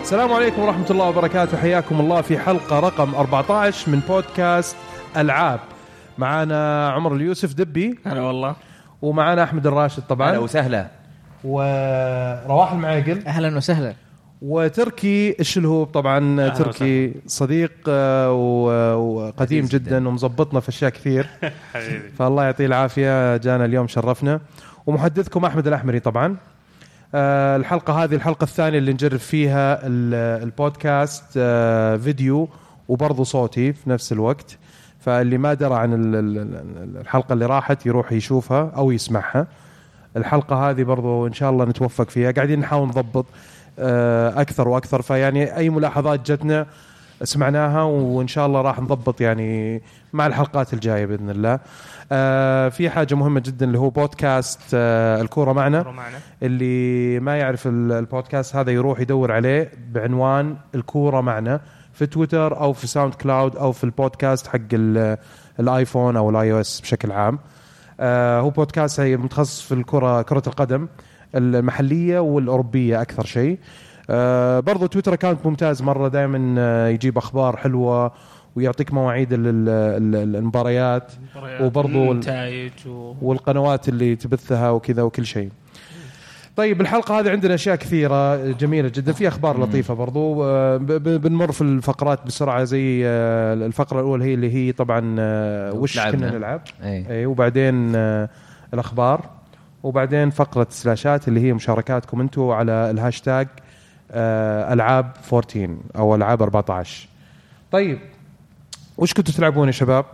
السلام عليكم ورحمة الله وبركاته. حياكم الله في حلقة رقم 14 من بودكاست ألعاب. معانا عمر اليوسف دبي. هلا والله. ومعانا أحمد الراشد طبعا. أهلا وسهلا. ورواح المعاقل. أهلا وسهلا. وتركي الشلهوب طبعا. تركي صديق وقديم جدا ومزبطنا في أشياء كثير. فالله يعطيه العافية، جانا اليوم شرفنا. ومحدثكم أحمد الأحمري طبعا. الحلقة هذه الحلقة الثانية اللي نجرب فيها البودكاست فيديو وبرضو صوتي في نفس الوقت. فاللي ما درى عن الحلقة اللي راحت يروح يشوفها أو يسمعها. الحلقة هذه برضو إن شاء الله نتوفق فيها، قاعدين نحاول نضبط أكثر وأكثر. فيعني أي ملاحظات جتنا سمعناها وإن شاء الله راح نضبط يعني مع الحلقات الجاية بإذن الله. في حاجة مهمة جدا اللي هو بودكاست الكورة معنا. اللي ما يعرف البودكاست هذا يروح يدور عليه بعنوان الكورة معنا في تويتر أو في ساوند كلاود أو في البودكاست حق الآيفون أو الآي أو إس بشكل عام. هو بودكاست متخصص في الكرة، كرة القدم المحلية والأوروبية أكثر شيء. برضو تويتر أكاونت ممتاز مرة، دائما يجيب أخبار حلوة ويعطيك مواعيد المباريات وبرضو النتائج والقنوات اللي تبثها وكذا وكل شيء. طيب الحلقة هذه عندنا أشياء كثيرة جميلة جدا، في أخبار لطيفة برضو. بنمر في الفقرات بسرعة، زي الفقرة الأولى هي اللي هي طبعا وش كنا نلعب، وبعدين الأخبار، وبعدين فقرة سلاشات اللي هي مشاركاتكم أنتوا على الهاشتاج ألعاب 14 أو ألعاب 14. طيب وش كنتوا تلعبون يا شباب؟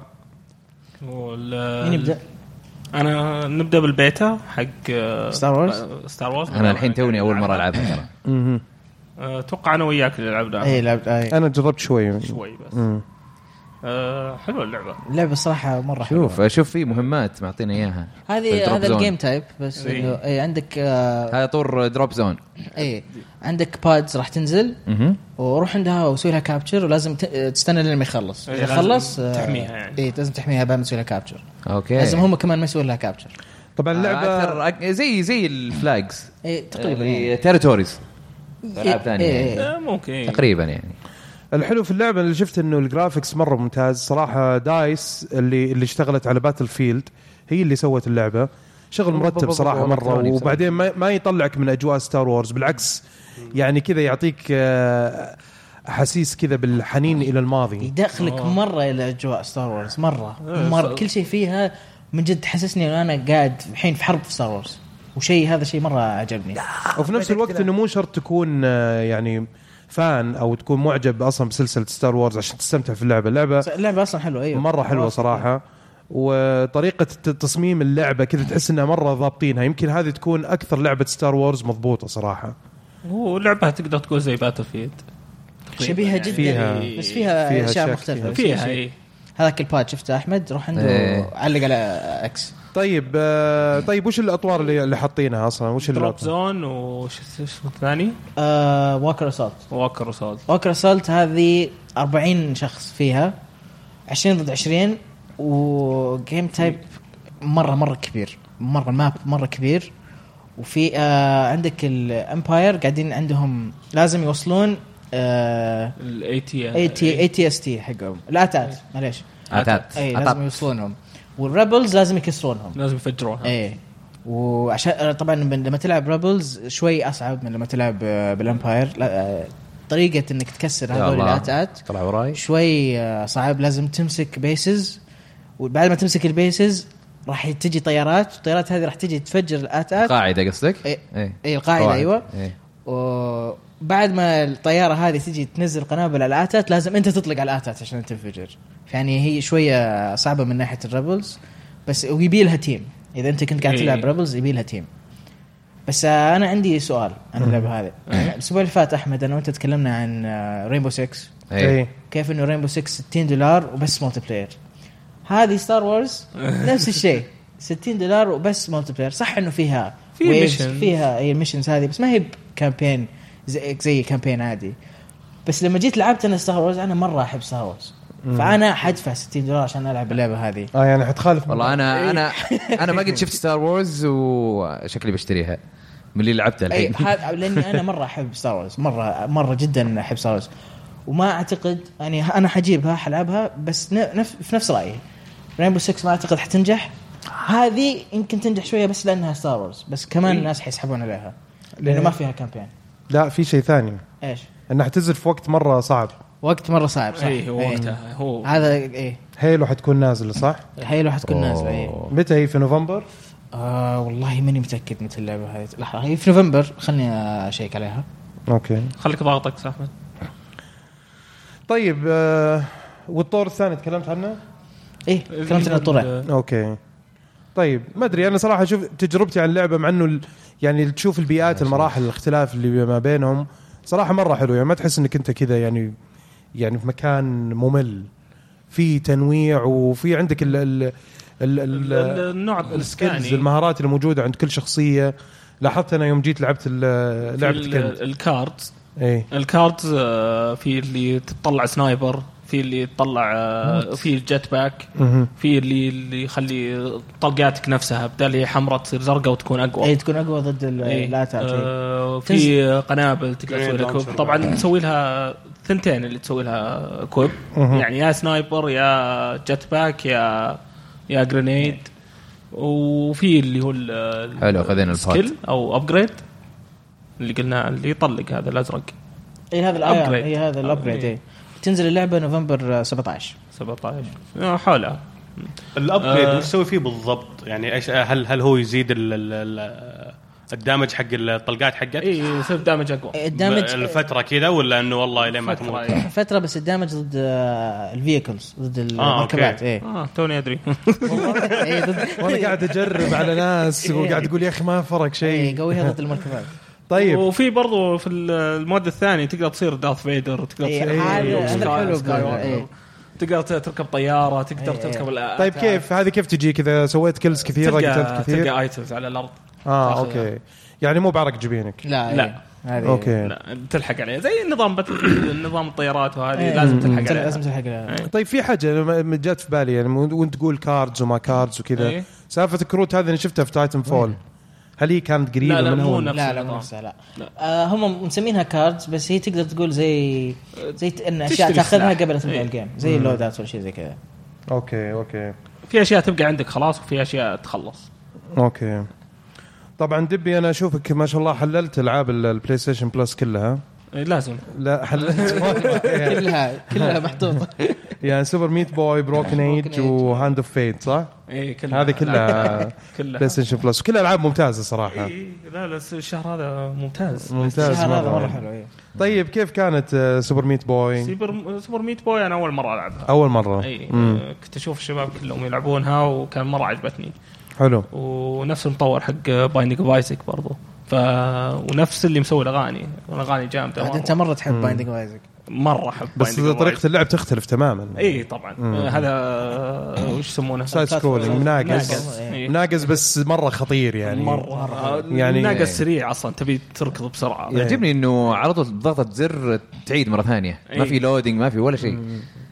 نبدأ. أنا نبدأ بالبيتا حق ستار وورز. أنا الحين توني أول مرة ألعبها. توقع أنا وياك اللي لعبنا. لعبت. أنا جربت شوي بس. حلوة اللعبة الصراحة مرة حلوة. شوف في مهمات معطينا إياها. هذا الجيم تايب بس إنه عندك هذا طور دروب زون. عندك بادز راح تنزل وروح عندها وسوي لها كابتشر، ولازم تستنى لين ما يخلص. إذا خلص تحميها يعني. لازم تحميها بعد ما تسوي لها كابتشر. لازم هم كمان ما يسوي لها كابتشر. طبعا اللعبة زي الفلاجز تقريبا تيريتوريز. ألعاب ثانية ممكن تقريبا يعني. الحلو في اللعبة اللي شفت إنه الجرافيكس مرة ممتاز صراحة. دايس اللي اشتغلت على باتل فيلد هي اللي سوت اللعبة، شغل مرتب صراحة مرة. وبعدين ما يطلعك من أجواء ستار وورز، بالعكس يعني كذا يعطيك أحاسيس كذا بالحنين إلى الماضي، يدخلك مرة إلى أجواء ستار وورز مرة كل شيء فيها من جد حسسني أن أنا قاعد الحين في حرب في ستار وورز، وشيء هذا شيء مرة عجبني. وفي نفس الوقت إنه مو شرط تكون يعني فان أو تكون معجب أصلا بسلسلة ستار وورز عشان تستمتع في اللعبة أصلا حلوة. مرة حلوة صراحة. وطريقة تصميم اللعبة كذا تحس إنها مرة ضابطينها. يمكن هذه تكون أكثر لعبة ستار وورز مضبوطة صراحة. ولعبة تقدر تقول زي باتل فيلد شبيهة جدا بس فيها أشياء مختلفة فيها. هذاك الباد شفته أحمد روح عنده علق على أكس. طيب وش الأطوار اللي حاطينها أصلا؟ وش دروب زون وش اسمه الثاني؟ واكر أسالت هذه 40 شخص فيها 20 ضد 20 وجيم تايب مرة كبير، مرة الماب مرة كبير. وفي عندك الامباير قاعدين عندهم لازم يوصلون ATST حقهم الاتات معليش لازم يوصلونهم، والريبلز لازم يكسرونهم، لازم يفجرونها. وعشان طبعا لما تلعب ريبلز شوي اصعب من لما تلعب بالامباير. طريقة انك تكسر هذول الاتات شوي صعب. لازم تمسك بيسز، وبعد ما تمسك البيسز راح تجي طيارات، الطيارات هذه راح تجي تفجر الاتات. قاعدة قصدك؟ القاعدة ايوه. وبعد ما الطيارة هذه تجي تنزل قنابل على الاتات لازم انت تطلق على الاتات عشان تنفجر. يعني هي شوية صعبة من ناحية الريبلز، بس ويبي لها تيم. اذا انت كنت قاعد تلعب ريبلز يبي لها تيم. بس انا عندي سؤال عن اللعبة هذه. الاسبوع اللي فات احمد انا وانت تكلمنا عن رينبو 6 كيف انه رينبو 6 $60 وبس مولتي بلاير. هذه ستار وورز نفس الشيء $60 وبس مولتي بلاير. صح انه فيها فيها اي الميشنز هذه، بس ما هي كامبين زي كامبين عادي. بس لما جيت لعبت انا ستار وورز انا مره احب ستار وورز، فانا حدفع $60 عشان العب اللعبه هذه. يعني حتخالف والله. انا ما قد شفت ستار وورز وشكلي بشتريها. من اللي لعبته الحين. لاني انا مره احب ستار وورز، مره جدا احب ستار وورز، وما اعتقد يعني انا حجيبها حلعبها، بس في نفس رايي رينبو 6 ما اعتقد حتنجح. هذه يمكن تنجح شويه بس لانها ستار وورز، بس كمان الناس حيسحبون عليها لانه ما فيها كامبين. لا في شيء ثاني، ايش؟ انها تنزل في وقت مره صعب. وقت مره صعب صح. ايه هو وقتها هو هذا ايه. هيلو حتكون نازله صح؟ هيلو حتكون نازله ايه. متى هي؟ في نوفمبر؟ والله ماني متاكد متى اللعبه هذه. لحظه، هي في نوفمبر، خلني اشيك عليها. اوكي خليك ضاغطك احمد. طيب والطور الثاني تكلمت عنه؟ ايه تكلمت عن الطور. اوكي طيب ما ادري، انا صراحه شوف تجربتي عن اللعبه، مع انه يعني تشوف البيئات المراحل الاختلاف اللي ما بينهم صراحه مره حلو، يعني ما تحس انك انت كذا يعني في مكان ممل، في تنويع وفي عندك النوع السكيلز المهارات اللي موجوده عند كل شخصيه. لاحظت انا يوم جيت لعبت الكاردز. ايه الكاردز في اللي تطلع سنايبر، في اللي يطلع في الجت باك، في اللي يخلي طلقاتك نفسها بدل هي حمراء تصير زرقاء وتكون اقوى. اي تكون اقوى ضد الاتاك. في قنابل تقدر تسوي لها كوب. طبعا تسوي لها ثنتين اللي تسوي لها كوب، يعني يا سنايبر يا جت باك يا جرينيد. وفي اللي هو حلو خذينا السكيل او ابجريد اللي قلنا اللي يطلق هذا الازرق. اي هذا الابجريد. اي هذا الابجريد. اي تنزل اللعبه نوفمبر 17 حولها. الابجريد وش تسوي فيه بالضبط؟ يعني ايش هل هو يزيد الدامج حق الطلقات حقك؟ اي يصير دامج اقوى الدامج الفتره كذا، ولا انه والله لين ما تموت فتره بس الدامج ضد الفيكلز ضد المركبات. توني ادري وانا قاعد اجرب على ناس وقاعد اقول يا اخي ما فرق شيء. قويها ضد المركبات. طيب وفي برضو في المود الثاني تقدر تصير دارث فيدر، تقدر تصير حلو، تقدر تركب طياره، تقدر تركب طيب كيف هذه كيف تجي كذا؟ سويت كيلز كثيره، قتلت كثير، تلقى ايتمز على الارض. اوكي يعني مو بعرق جبينك. لا اوكي لا تلحق عليه زي النظام نظام الطيارات، وهذه لازم تلحق عليها. لازم تلحق عليها. طيب في حاجه جات في بالي يعني وانت تقول كاردز وما كاردز وكذا، سالفه الكروت هذه انا شفتها في تايتن فول، هل هي كانت قريبه منها؟ لا مو نفسها. لا هم مسمينها كاردز، بس هي تقدر تقول زي ان اشياء تاخذها قبل تبدا الجيم، زي اللودات ولا شيء زي كذا. اوكي في اشياء تبقى عندك خلاص، وفي اشياء تخلص. اوكي طبعا دبي انا اشوفك ما شاء الله حللت العاب البلاي ستيشن بلس كلها. لازم. لا حللت كلها محطوطه يعني سوبر ميت بوي، بروكن ايج وهاند اوف فيت صح؟ اي كلها هذه كلها بلاي ستيشن بلس، كلها العاب ممتازه صراحه. لا الشهر هذا ممتاز مره حلو. طيب كيف كانت سوبر ميت بوي؟ سوبر ميت بوي انا اول مره العبها. اول مره كنت اشوف الشباب كلهم يلعبونها وكان مره عجبتني. حلو. ونفس المطور حق بايندينج اوف ايزك برضو، ونفس اللي مسوي الاغاني جامده. انت مره تحب بايندينج اوف ايزك؟ مره احب، بس طريقه اللعب تختلف تماما. اي طبعا. هذا وش يسمونه؟ سايد سكرولينج، مناقز بس مره خطير يعني. مره يعني مناقز سريع اصلا، تبي تركض بسرعه. يعجبني انه على طول بضغطه زر تعيد مره ثانيه، ما في لودينج ما في ولا شيء.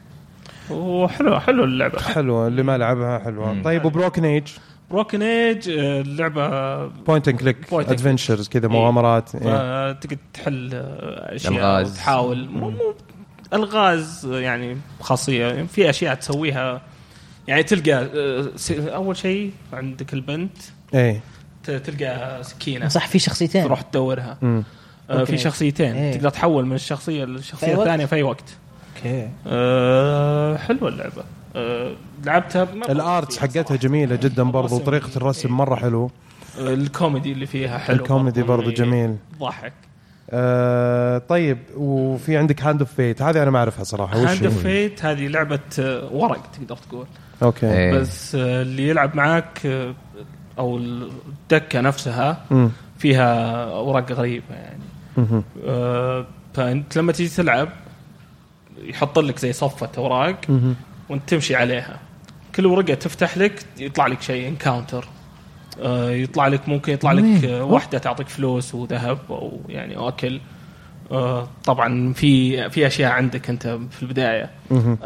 وحلو اللعبه، حلوه اللي ما لعبها حلوه. طيب وبروكن ايج؟ بروكن ايج اللعبه بوينت اند كليك ادفنتشرز كذا، مغامرات. تقدر تحل اشياء وتحاول مو الغاز يعني خاصيه، في اشياء تسويها يعني. تلقى اول شيء عندك البنت تلقى سكينه صح، في شخصيتين تروح تدورها. في شخصيتين تقدر تحول من الشخصيه للشخصيه الثانيه في اي وقت. اوكي حلوه اللعبه. لعبتها. الارتس حقتها جميله جدا برضو، طريقه الرسم مره حلو. الكوميدي اللي فيها حلو، الكوميدي برضو جميل ضحك. طيب وفي عندك هاند اوف فيت، هذه انا ما اعرفها صراحه. هاند اوف فيت هذه لعبه ورق تقدر تقول. اوكي بس اللي يلعب معاك او الدكه نفسها فيها ورق غريبه يعني. فانت لما تيجي تلعب يحط لك زي صفة اوراق وانت تمشي عليها، كل ورقه تفتح لك يطلع لك شيء انكاونتر. يطلع لك ممكن يطلع لك واحده تعطيك فلوس وذهب او يعني اكل. طبعا في اشياء عندك انت في البدايه،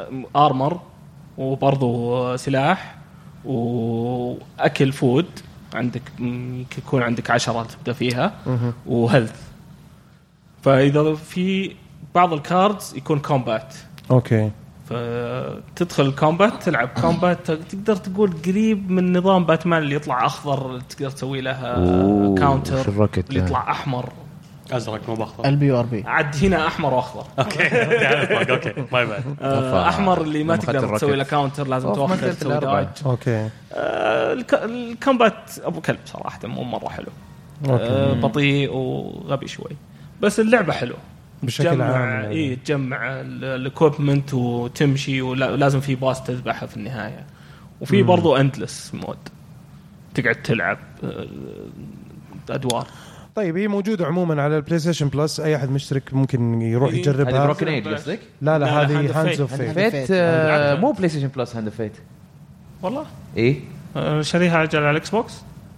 ارمر وبرضو سلاح واكل فود عندك يكون عندك 10 تبدا فيها وهيلث. فاذا في بعض الكاردز يكون كومبات اوكي، فتدخل الكومبات تلعب كومبات، تقدر تقول قريب من نظام باتمان اللي يطلع اخضر تقدر تسوي لها كاونتر، اللي يطلع احمر ازرق مو باخضر. البي ار بي عاد هنا احمر واخضر. اوكي اوكي ماي باد. احمر اللي ما تقدر تسوي له كاونتر، لازم توخر تسوي داج. اوكي. الكومبات ابو كلب صراحه، مو مره حلو، بطيء وغبي شوي، بس اللعبه حلوه بشكل عام. تجمع الاكويبمنت وتمشي، ولازم في باس تذبحه في النهايه، وفي برضو اندلس مود تقعد تلعب ادوار. طيب هي موجوده عموما على البلاي ستيشن بلس، اي احد مشترك ممكن يروح يجربها. هذه بروكن ايج قصدك؟ لا هذه هاندز اوف فيت. مو بلاي ستيشن بلس، هاند اوف فيت والله. ايه شريها على الاكس بوكس.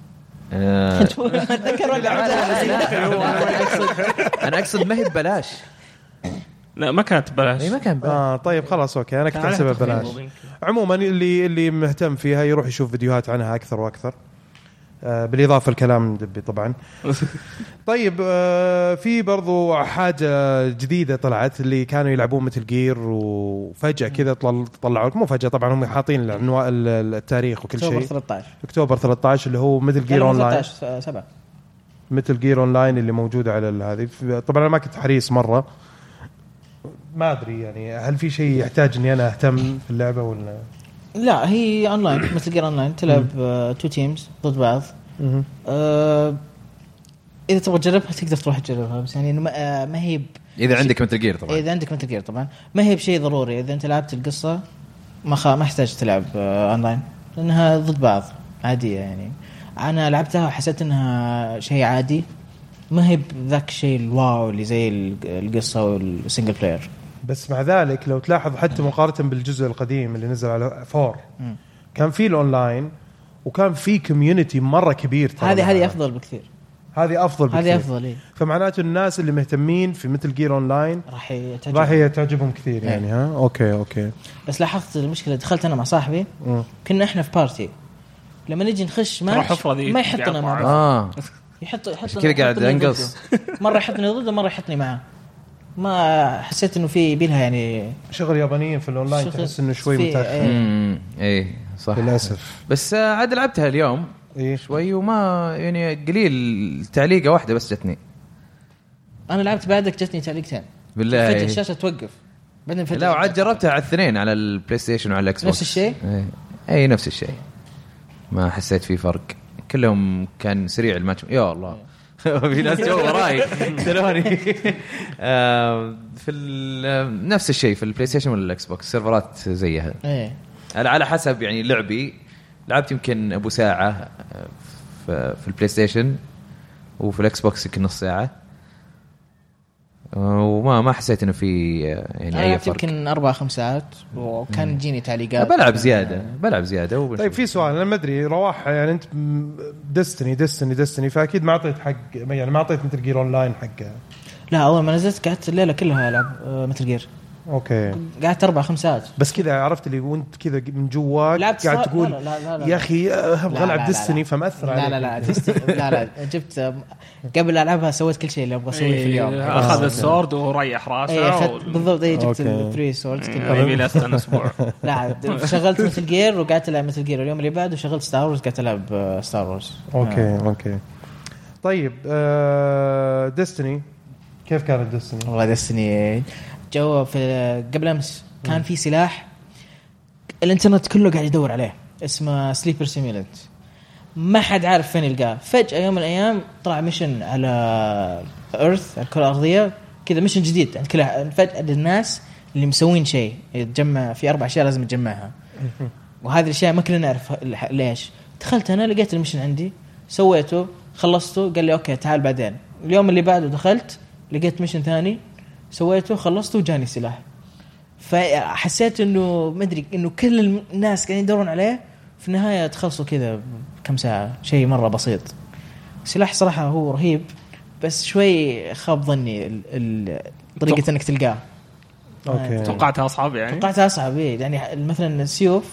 اتذكر انا اقصد ما هي ببلاش. لا ما كانت ببلاش. اي ما كان ببلاش. طيب خلاص اوكي، انا كنت احسبها ببلاش. عموما اللي مهتم فيها يروح يشوف فيديوهات عنها اكثر واكثر، بالاضافه الكلام دبي طبعا. طيب في برضو حاجه جديده طلعت، اللي كانوا يلعبون مثل جير وفجاه كذا طلعوا لكم، مو فجاه طبعا، هم حاطين العنوان التاريخ وكل شيء. اكتوبر 13 اللي هو مثل جير اونلاين 7 مثل جير اونلاين اللي موجوده على هذه. طبعا انا ما كنت حريص مره، ما ادري يعني هل في شيء يحتاج اني انا اهتم في اللعبه ولا لا. هي اونلاين مثل جير اونلاين، تلعب 2 تيمز ضد بعض. اذا تبغى تجربها تقدر تروح تجربها، بس يعني ما هي اذا عندك مثل جير طبعا. اذا عندك مثل جير طبعا ما هي بشيء ضروري. اذا انت لعبت القصه ما يحتاج تلعب اونلاين، لانها ضد بعض عاديه. يعني انا لعبتها وحسيت انها شيء عادي، ما هي ذاك الشيء الواو اللي زي القصه والسنجل بلاير. بس مع ذلك لو تلاحظ حتى مقارنه بالجزء القديم اللي نزل على 4 كان فيه الاونلاين وكان فيه كوميونتي مره كبير. هذه افضل بكثير. هذه افضل إيه؟ فمعناته الناس اللي مهتمين في مثل جير اونلاين راح تعجبهم كثير يعني. ها اوكي. بس لاحظت المشكله، دخلت انا مع صاحبي كنا احنا في بارتي، لما نجي نخش ماتش ما يحطنا مع بعض. يحط كذا قاعد انقص، مره يحطني ضده مره يحطني معاه. ما حسيت انه في بينها يعني شغل يابانيين في الاونلاين، تحس انه شوي متاخر. ايه صح للاسف. بس عاد لعبتها اليوم شوي وما يعني قليل، تعليقه واحده بس جتني. انا لعبت بعدك جتني تعليقتين بالله. فجأة الشاشه توقف بعدين لا وعاد جربتها على الاثنين، على البلاي ستيشن وعلى الاكس بوكس نفس الشيء. اي نفس الشيء، ما حسيت فيه فرق، كلهم كان سريع الماتش. يا الله في ناس جو وراي سلوني. في نفس الشيء في البلاي ستيشن ولا الاكس بوكس، سيرفرات زيها. على حسب يعني لعبي، لعبت يمكن ابو ساعه في البلاي ستيشن، وفي الاكس بوكس يمكن نص ساعه، وما حسيت انه في يعني اي فرق. يمكن 4-5 ساعات وكان يجيني تعليقات. بلعب زياده طيب في سؤال، انا ما ادري رواح، يعني انت ديستني فاكيد ما اعطيت حق، يعني ما اعطيت مثل جير اونلاين حقها. لا اول ما نزلت قعدت الليله كلها العب مثل جير. اوكي قعدت 4-5 ساعات بس كذا، عرفت اللي وانت كذا من جواك قاعد تقول لا يا اخي ابغى العب ديستني، فمأثر عليك. لا جبت قبل العبها سويت كل شيء اللي ابغى اسويه في اليوم. اخذ السورد وريح راسه بالضبط. جبت البري سورد يبي له اسبوع. لا شغلت مثل جير وقعدت العب مثل جير، اليوم اللي بعده شغلت ستار وورز قعدت العب ستار وورز. اوكي طيب ديستني كيف كانت ديستني؟ والله ديستني جو في قبل أمس كان في سلاح الانترنت كله قاعد يدور عليه، اسمه سليبر سيميلنت، ما حد عارف فين يلقاه. فجأة يوم من الأيام طلع ميشن على أرث، الكرة الأرضية كذا، ميشن جديد عند كل فجأة الناس اللي مسوين شيء يتجمع في 4 أشياء لازم تجمعها، وهذه الأشياء ما كلنا نعرف ليش. دخلت أنا لقيت الميشن عندي، سويته خلصته، قال لي أوكي تعال بعدين. اليوم اللي بعده دخلت لقيت ميشن ثاني، سويته خلصته وجاني سلاح. فحسيت انه ما ادري انه كل الناس قاعدين يدورون عليه، في النهايه تخلصوا كذا كم ساعه، شيء مره بسيط. سلاح صراحه هو رهيب، بس شوي خاب ظني طريقه انك تلقاه. توقعتها اصعب يعني. توقعتها اصعب يعني مثلا السيوف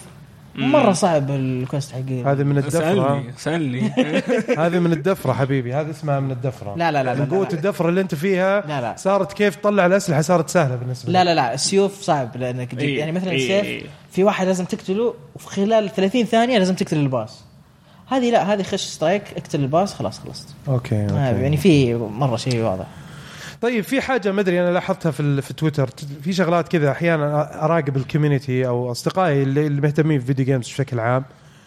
مره صعب الكوست حقي. هذه من الدفره. سألني هذه من الدفره حبيبي، هذه اسمها من الدفره. لا من قوه الدفره اللي انت فيها. لا. صارت كيف تطلع الاسلحه صارت سهله بالنسبه لي. لا السيوف صعب لانك يعني مثلا السيف في واحد لازم تقتله وفي خلال 30 ثانيه لازم تقتل الباص. هذه لا، هذه خش سترايك اقتل الباص خلاص خلصت. اوكي. يعني في مره شيء واضح. طيب في حاجه ما ادري انا لاحظتها في تويتر، في شغلات كذا احيانا اراقب الكوميونتي او اصدقائي اللي مهتمين في فيديو جيمز بشكل عام،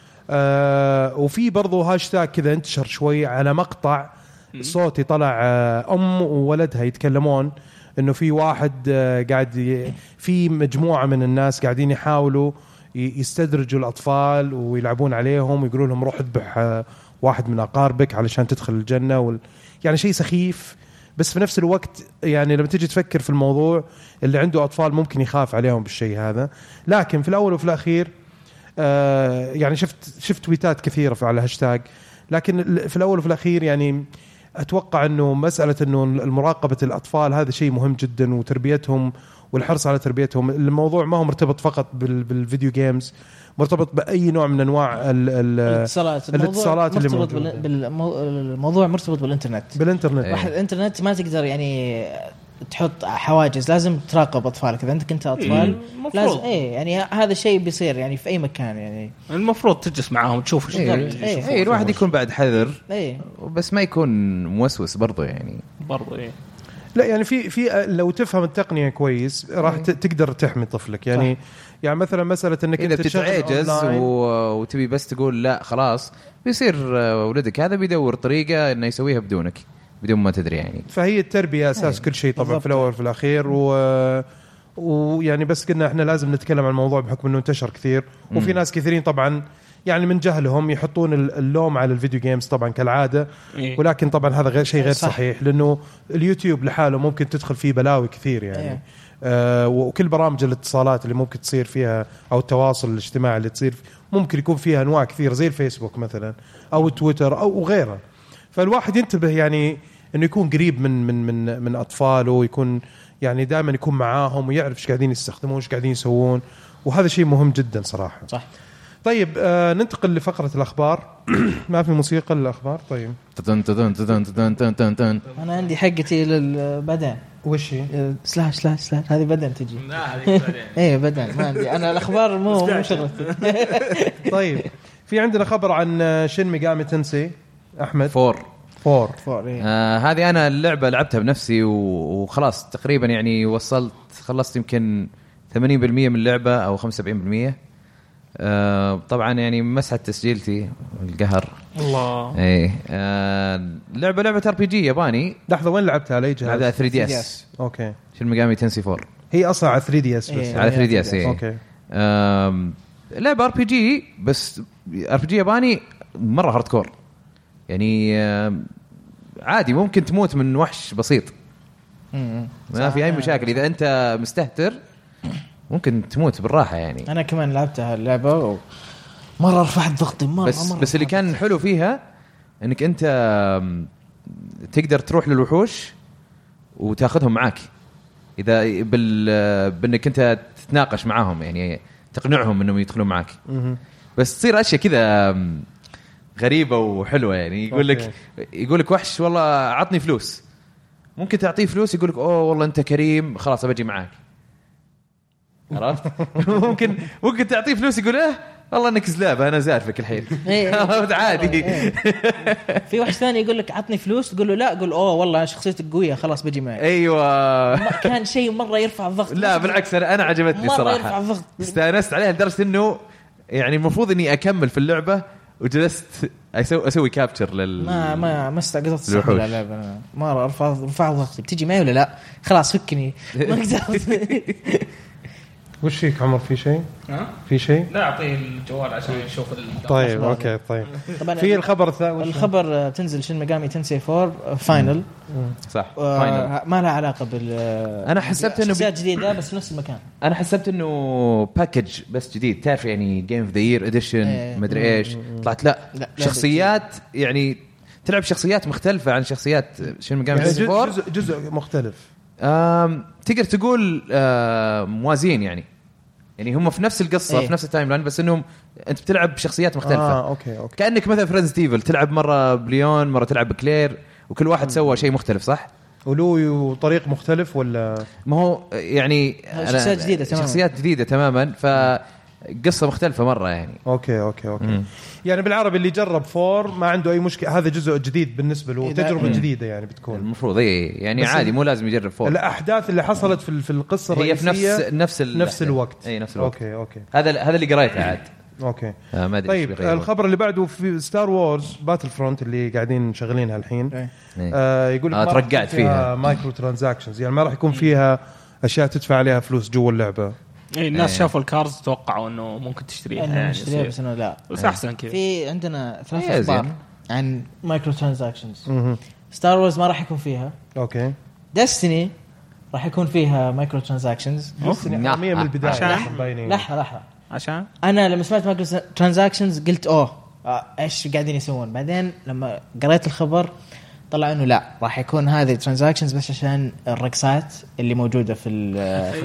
وفي برضو هاشتاج كذا انتشر شوي على مقطع صوتي طلع ام وولدها يتكلمون انه في واحد قاعد في مجموعه من الناس قاعدين يحاولوا يستدرجوا الاطفال ويلعبون عليهم ويقولوا لهم روح اذبح واحد من اقاربك علشان تدخل الجنه يعني شيء سخيف، بس في نفس الوقت يعني لما تيجي تفكر في الموضوع اللي عنده أطفال ممكن يخاف عليهم بالشيء هذا. لكن في الأول وفي الأخير يعني شفت تويتات كثيرة على هاشتاج، لكن في الأول وفي الأخير يعني أتوقع أنه مسألة أنه المراقبة الأطفال هذا شيء مهم جدا وتربيتهم والحرص على تربيتهم. الموضوع ما هو مرتبط فقط بالفيديو جيمز، مرتبط بأي نوع من أنواع الاتصالات اللي موجودة. الموضوع مرتبط بالإنترنت. واحد الإنترنت ما تقدر يعني تحط حواجز، لازم تراقب أطفالك. إذا أنت كنت أطفال لازم يعني هذا الشيء بيصير يعني في أي مكان، يعني المفروض تجلس معاهم تشوف ايش الواحد يكون بعد حذر بس ما يكون موسوس برضو يعني لا يعني في لو تفهم التقنية كويس راح تقدر تحمي طفلك يعني. يعني مثلا مسألة انك انت تتعجز وتبي بس تقول لا خلاص، بيصير ولدك هذا بيدور طريقة انه يسويها بدونك بدون ما تدري يعني. فهي التربية اساس كل شيء طبعا في الاول وفي الاخير. ويعني بس قلنا احنا لازم نتكلم عن الموضوع بحكم انه انتشر كثير وفي ناس كثيرين طبعا يعني من جهلهم يحطون اللوم على الفيديو جيمز طبعا كالعادة. ولكن طبعا هذا شيء غير صحيح، لأنه اليوتيوب لحاله ممكن تدخل فيه بلاوي كثير يعني. وكل برامج الاتصالات اللي ممكن تصير فيها أو التواصل الاجتماعي اللي تصير ممكن يكون فيها أنواع كثير زي الفيسبوك مثلا أو تويتر أو غيره. فالواحد ينتبه يعني إنه يكون قريب من أطفاله ويكون يعني دائما يكون معاهم ويعرف إيش قاعدين يستخدمون إيش قاعدين يسوون، وهذا شيء مهم جدا صراحة. صح. طيب ننتقل لفقرة الأخبار. ما في موسيقى للأخبار. طيب أنا عندي حقتي للبدن. وش هي؟ سلاش هذه بدن تجي. لا هذه بدن. إيه بدن ما عندي أنا الأخبار مو شغلتي. طيب في عندنا خبر عن شين ميجامي تنسي أحمد. 4 هذه أنا اللعبة لعبتها بنفسي وخلاص تقريبا يعني خلصت يمكن 80% من اللعبة أو 75%. طبعا يعني مسحة تسجيلتي القهر الله. ايه لعبة RPG ياباني. لحظة وين لعبتها على اي جهاز؟ لعبتها 3DS. اوكي. شين ميجامي تنسي 4 هي اصلا على 3DS بس. على 3DS ايه. اوكي. لعبة RPG بس RPG ياباني مرة هاردكور يعني عادي ممكن تموت من وحش بسيط ما في اي مشاكل. اذا انت مستهتر ممكن تموت بالراحة يعني. أنا كمان لعبتها اللعبة مرة رفعت ضغطي بس اللي كان حلو فيها إنك أنت تقدر تروح للوحوش وتأخذهم معاك إذا بأنك أنت تتناقش معاهم يعني تقنعهم إنهم يدخلون معاك. بس تصير أشياء كذا غريبة وحلوة يعني. يقول لك وحش والله عطني فلوس، ممكن تعطيه فلوس يقول لك أوه والله أنت كريم خلاص أبجي معاك. عرفت؟ ممكن تعطيه فلوس يقول والله انك زلابه انا زارفك الحين. عادي. في واحد ثاني يقول لك عطني فلوس تقول له لا، قول والله شخصيتك قويه خلاص بجي معك. ايوه كان شيء مره يرفع الضغط. لا بالعكس انا عجبتني صراحه، استانست عليها لدرجه انه يعني المفروض اني اكمل في اللعبه وجلست اسوي كابتشر ما استقدرت على اللعبه. مره رفع ضغطي. بتجي معي ولا لا؟ خلاص فكني ما قدرت. وش فيك عمر؟ في شيء؟ في شيء؟ لا أعطيه الجوال عشان يشوف طيب أوكي. طيب في الخبر الثاني. الخبر تنزل شين ميجامي تنسي 4 فاينل. صح. ما لها علاقة أنا حسبت إنه جديدة بس في نفس المكان. أنا حسبت إنه باكج بس جديد، تعرف يعني جيم اوف ذا يير اديشن مدري إيش. طلعت لا شخصيات يعني تلعب شخصيات مختلفة عن شخصيات شين ميجامي تنسي 4. جزء مختلف. تقدر تقول موازين يعني يعني هم في نفس القصه في نفس التايم لاين، بس انهم انت بتلعب بشخصيات مختلفه. اوكي كانك مثلا في ريزنت ايفل تلعب مره بليون، مره تلعب بكلير، وكل واحد سوى شيء مختلف صح؟ ولو طريق مختلف ولا ما هو يعني شخصيات جديده تماما فقصه مختلفه مره يعني. اوكي يعني بالعربي اللي جرب 4 ما عنده اي مشكله، هذا جزء جديد بالنسبه له، تجربه جديده يعني بتكون المفروض يعني عادي مو لازم يجرب 4. الاحداث اللي حصلت في القصه هي في نفس الوقت. اي نفس الوقت. اوكي هذا اللي قريته عاد. اوكي ما ادري. طيب الخبر اللي بعده في ستار وورز باتل فرونت اللي قاعدين شغالينها الحين. يقول لك ترقعت فيها مايكرو ترانزاكشنز، يعني ما راح يكون فيها اشياء تدفع عليها فلوس جوا اللعبه. الناس شافوا الكارز توقعوا انه ممكن تشتريها يعني بس انه لا، بس احسن كذا. في عندنا 3 اخبار عن مايكرو ترانزاكشنز. ستار وورز ما راح يكون فيها. اوكي. ديستني راح يكون فيها مايكرو ترانزاكشنز. ديستني من البدايه. لحظه عشان انا لما سمعت مايكرو ترانزاكشنز قلت ايش قاعدين يسوون. بعدين لما قريت الخبر طلع انه لا، راح يكون هذه ترانزاكشنز بس عشان الرقصات اللي موجوده في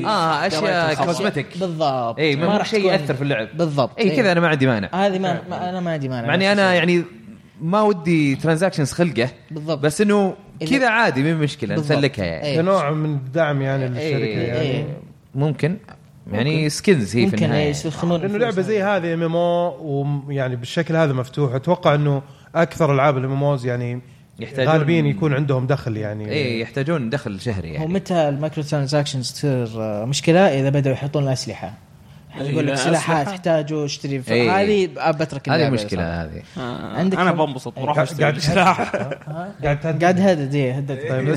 اشياء كوزمتيك بالضبط. اي ما راح شيء ياثر في اللعب بالضبط. اي كذا انا ما عندي مانع. هذه انا ما عندي مانع، يعني انا يعني ما ودي ترانزاكشنز خلقه بالضبط، بس انه كذا عادي مين مشكله نسلكها يعني كنوع من الدعم يعني للشركه يعني ممكن يعني سكنز هي في النهايه لانه لعبه زي هذه ام ام او ويعني بالشكل هذا مفتوح. اتوقع انه اكثر العاب الام ام يعني غالبين يكون عندهم دخل يعني يحتاجون دخل شهري يعني. ومتى المايكرو ترانزاكشنز تصير مشكله؟ اذا بدأوا يحطون الاسلحه، يقول لك سلاحات تحتاجوا اشتري هذه بترك هذه مشكله هذه. انا بنبسط بروح اشتري سلاح قاعد هدد. طيب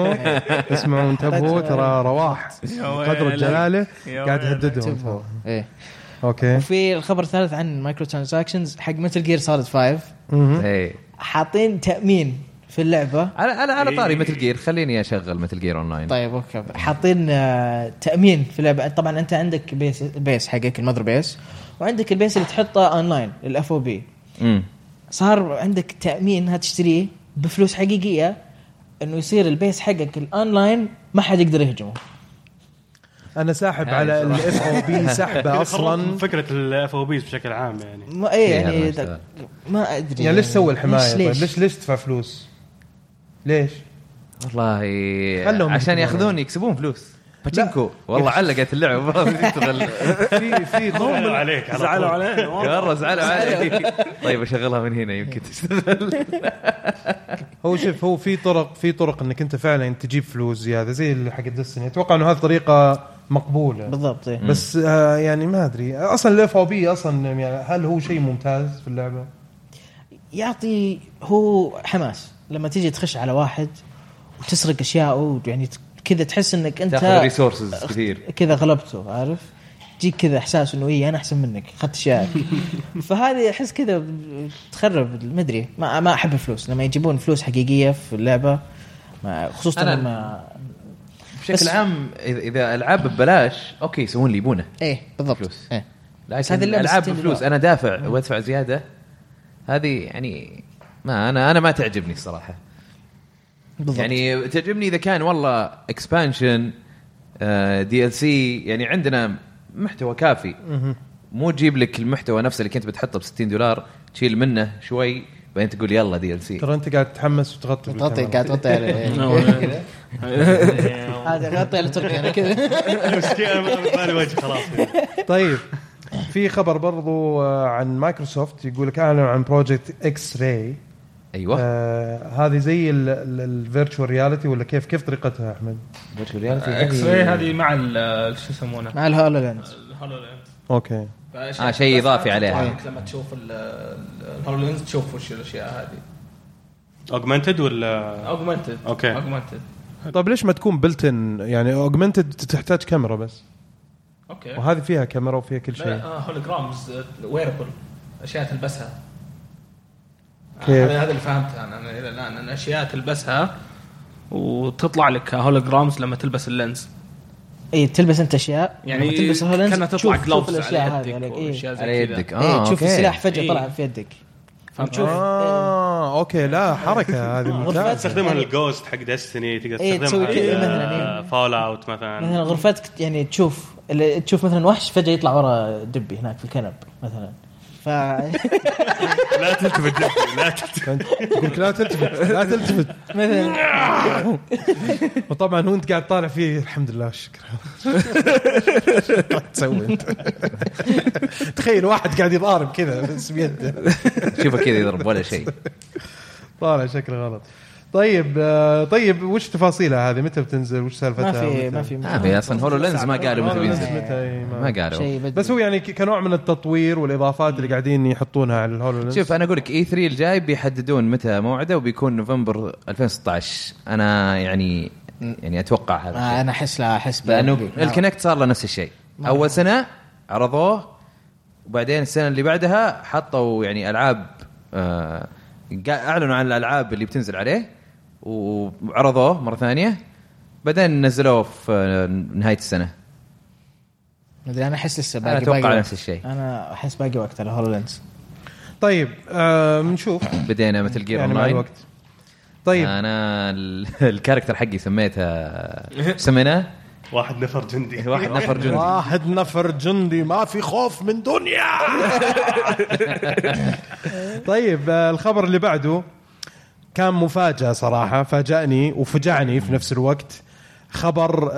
اسمعوا انتبهوا، ترى رواح قدر الجلاله قاعد يهددهم. اوكي. وفي الخبر الثالث عن مايكرو ترانزاكشنز حق مثل جير صارت 5 حاطين تأمين في اللعبة. على طاري مثل جير، خليني أشغل مثل جير أونلاين. طيب أوكي. حاطين تأمين في اللعبة. طبعا أنت عندك البيس حقك المذر بيس، وعندك البيس اللي تحطه أونلاين الأف أو بي. صار عندك تأمين هتشتريه بفلوس حقيقية إنه يصير البيس حقك الأونلاين ما حد يقدر يهجمه. انا ساحب على الاف او بي سحبه اصلا. فكره الاف او بي بشكل عام يعني ما يعني ما ادري يعني ليش سوى الحمايه؟ طيب ليش تدفع فلوس؟ ليش والله عشان ياخذون يكسبون فلوس. باتشينكو والله علقت اللعبه تشتغل في ضرب عليك، زعلوا عليه مره زعلوا عليه. طيب اشغلها من هنا يمكن تشتغل. هو شوف، هو في طرق انك انت فعلا تجيب فلوس زياده زي اللي حق الدستني. اتوقع انه هذه طريقه مقبوله بالضبط. بس يعني ما ادري اصلا الاف او بي اصلا يعني هل هو شيء ممتاز في اللعبه؟ يعطي هو حماس لما تيجي تخش على واحد وتسرق اشياء يعني كذا تحس انك انت تاخذ ريسورسز كثير كذا غلبته، عارف؟ جيك كذا احساس انه انا احسن منك اخذت اشياء. فهذه احس كذا تخرب. ما ادري، ما احب الفلوس لما يجيبون فلوس حقيقيه في اللعبه، خصوصا لما بشكل عام اذا العاب ببلاش اوكي يسوون اللي يبونه. بالضبط. فلوس. لكن الالعاب بفلوس انا دافع وادفع زياده، هذه يعني ما انا ما تعجبني الصراحه. بالضبط. يعني تعجبني اذا كان والله اكسبانشن دي ال سي، يعني عندنا محتوى كافي، مو تجيب لك المحتوى نفسه اللي كنت بتحطه $60 تشيل منه شوي بعدين تقول يلا دي ال سي. ترى انت قاعد تتحمس وتغطي قاعد تغطي كذا. هذا غطي على تركيا انا كذا ما لي وجه خلاص. طيب في خبر برضو عن مايكروسوفت، يقول لك اعلنوا عن بروجكت اكس راي. ايوه هذه زي الفيرتشوال رياليتي ولا كيف طريقتها احمد؟ فيرتشوال رياليتي اكس راي هذه مع شو يسمونه مع الهولولينز. اوكي شيء اضافي عليها. لما تشوف الهولولينز تشوف وش الاشياء هذه. اوجمنتد ولا اوجمنتد؟ اوكي اوجمنتد. طيب ليش ما تكون بلتن؟ يعني اوجمنتد تحتاج كاميرا بس. اوكي. وهذه فيها كاميرا وفيها كل شيء. هولوجرامز ويربل، اشياء تلبسها. هذا اللي فهمته انا الى الان، ان اشياء تلبسها وتطلع لك هولوجرامز لما تلبس اللينز. تلبس انت اشياء يعني تلبس الهولنز كانت تطلع جلوفز الاشياء على هذه على يدك. تشوف السلاح فجأة طلع في يدك. فهمت؟ اوكي لا حركه هذه ممتازه تستخدمها للجوست حق ديستني تقدر تسوي كذا تستخدمها فول اوت مثلا غرفتك يعني تشوف مثلا وحش فجأة يطلع ورا دبي هناك في الكنب مثلا لا تلتفت لا تلتفت مثلا. وطبعا وانت قاعد طالع فيه الحمد لله والشكر تسوي انت تخيل واحد قاعد يضارب كذا بس بيده شوفه كذا يضرب ولا شيء طالع شكله غلط. طيب وش تفاصيلها هذه متى بتنزل وش سالفتها؟ ما في اصلا هولو لينز ما قالوا متى بينزل ما قالوا بس هو يعني كنوع من التطوير والاضافات اللي قاعدين يحطونها على الهولو لينز. شوف انا اقول لك E3 الجاي بيحددون متى موعده وبيكون نوفمبر 2016. انا يعني اتوقع هذا انا احس لانه الكونكت صار له نفس الشيء. اول سنه عرضوه وبعدين السنه اللي بعدها حطوا يعني العاب اعلنوا عن الالعاب اللي بتنزل عليه وعرضوه مرة ثانية بعدين نزلوه في نهاية السنة. أنا أحس لسه باقي أتوقع نفس الشيء. أنا أحس باقي وقت على هولولينز. طيب نشوف بدينا مثل جير يعني مع الوقت. طيب أنا الكاركتر حقي سميتها سميناه واحد نفر جندي ما في خوف من دنيا. طيب الخبر اللي بعده كان مفاجأة صراحة فاجأني وفجعني في نفس الوقت. خبر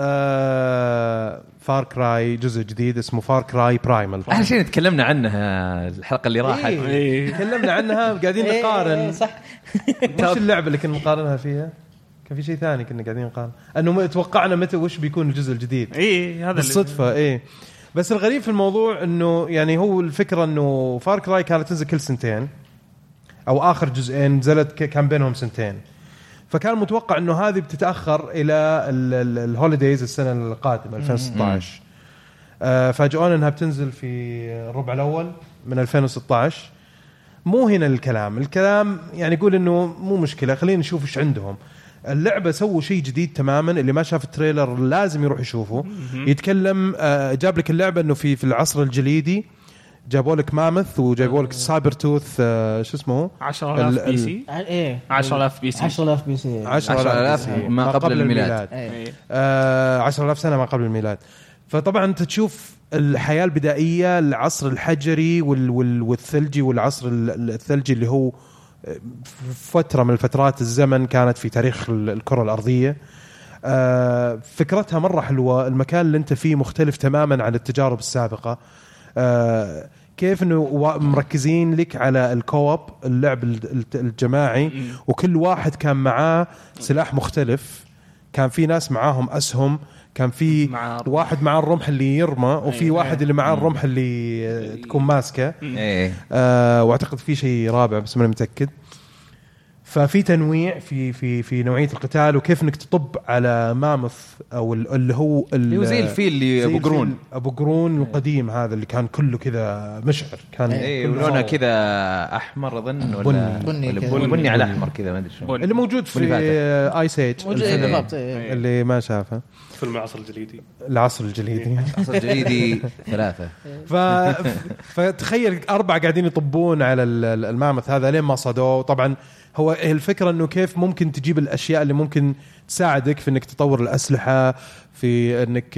فار كراي جزء جديد اسمه فار كراي برايمال. أحلى شيء تكلمنا عنها الحلقة اللي راحت. تكلمنا عنها قاعدين نقارن صح. وش اللعبة اللي كنا نقارنها فيها؟ كان في شيء ثاني كنا قاعدين نقارن أنه توقعنا متى وش بيكون الجزء الجديد. هذا بالصدفة بس الغريب في الموضوع أنه يعني هو الفكرة أنه فار كراي كانت تنزل كل سنتين أو آخر جزئين نزلت كان بينهم سنتين فكان متوقع أنه هذه بتتأخر إلى الهوليديز السنة القادمة 2016. فاجئونا أنها بتنزل في الربع الأول من 2016. مو هنا الكلام يعني يقول أنه مو مشكلة خلينا نشوف إيش عندهم. اللعبة سووا شيء جديد تماما اللي ما شاف التريلر لازم يروح يشوفه. يتكلم جاب لك اللعبة أنه في العصر الجليدي جابوا لك مامث وجابوا لك سايبر توث شو اسمه 10,000 بي سي 10,000 بي سي 10,000 ما قبل الميلاد 10,000 سنة ما قبل الميلاد. فطبعا انت تشوف الحياة البدائية العصر الحجري والثلجي والعصر الثلجي اللي هو فترة من الفترات الزمن كانت في تاريخ الكرة الأرضية. فكرتها مرة حلوة. المكان اللي انت فيه مختلف تماما عن التجارب السابقة. كيف انه مركزين لك على الكوب اللعب الجماعي وكل واحد كان معاه سلاح مختلف. كان في ناس معاهم أسهم كان في واحد معاه الرمح اللي يرمى وفي واحد اللي معاه الرمح اللي تكون ماسكه واعتقد في شيء رابع بس ماني متأكد. ففي تنويع في نوعية القتال وكيف انك تطب على مامث او اللي هو زي الفيل اللي ابو قرون القديم هذا اللي كان كله كذا مشعر كان ولونه كذا احمر اظن ولا بني على احمر كذا ما ادري شو اللي موجود في ايس ايج اللي ما شافه في العصر الجليدي العصر الجليدي 3 فتخيل 4 قاعدين يطبون على المامث هذا لين ما صادوه. طبعا هو الفكرة أنه كيف ممكن تجيب الأشياء اللي ممكن تساعدك في أنك تطور الأسلحة في أنك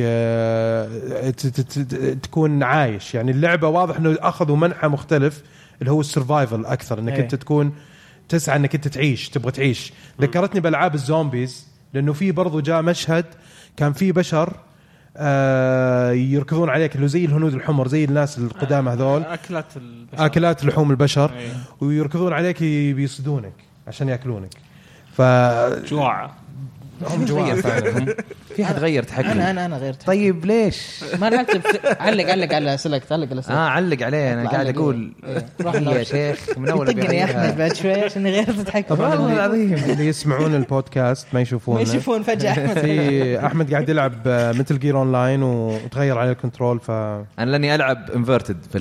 تكون عايش. يعني اللعبة واضح أنه أخذوا منحى مختلف اللي هو السرفايفل أكثر أنك أنت تكون تسعى أنك أنت تعيش تبغى تعيش. ذكرتني بألعاب الزومبيز لأنه في برضو جاء مشهد كان في بشر يركضون عليك اللي زي الهنود الحمر زي الناس القدامى هذول أكلات لحوم البشر ويركضون عليك بيصيدونك عشان يأكلونك. جوع هم جوع فعلا. في حد غير تحكم أنا غيرت. طيب ليش ما لعبت علق على سلكت علق عليه أنا قاعد أقول يا شيخ من أول طقني يا أحمد بعد شوي عشان غيرت تحكم. والله العظيم اللي يسمعون البودكاست ما يشوفون فجأة في أحمد قاعد يلعب مثل جير أونلاين وتغير عليه الكنترول أنا لاني ألعب انفرتد في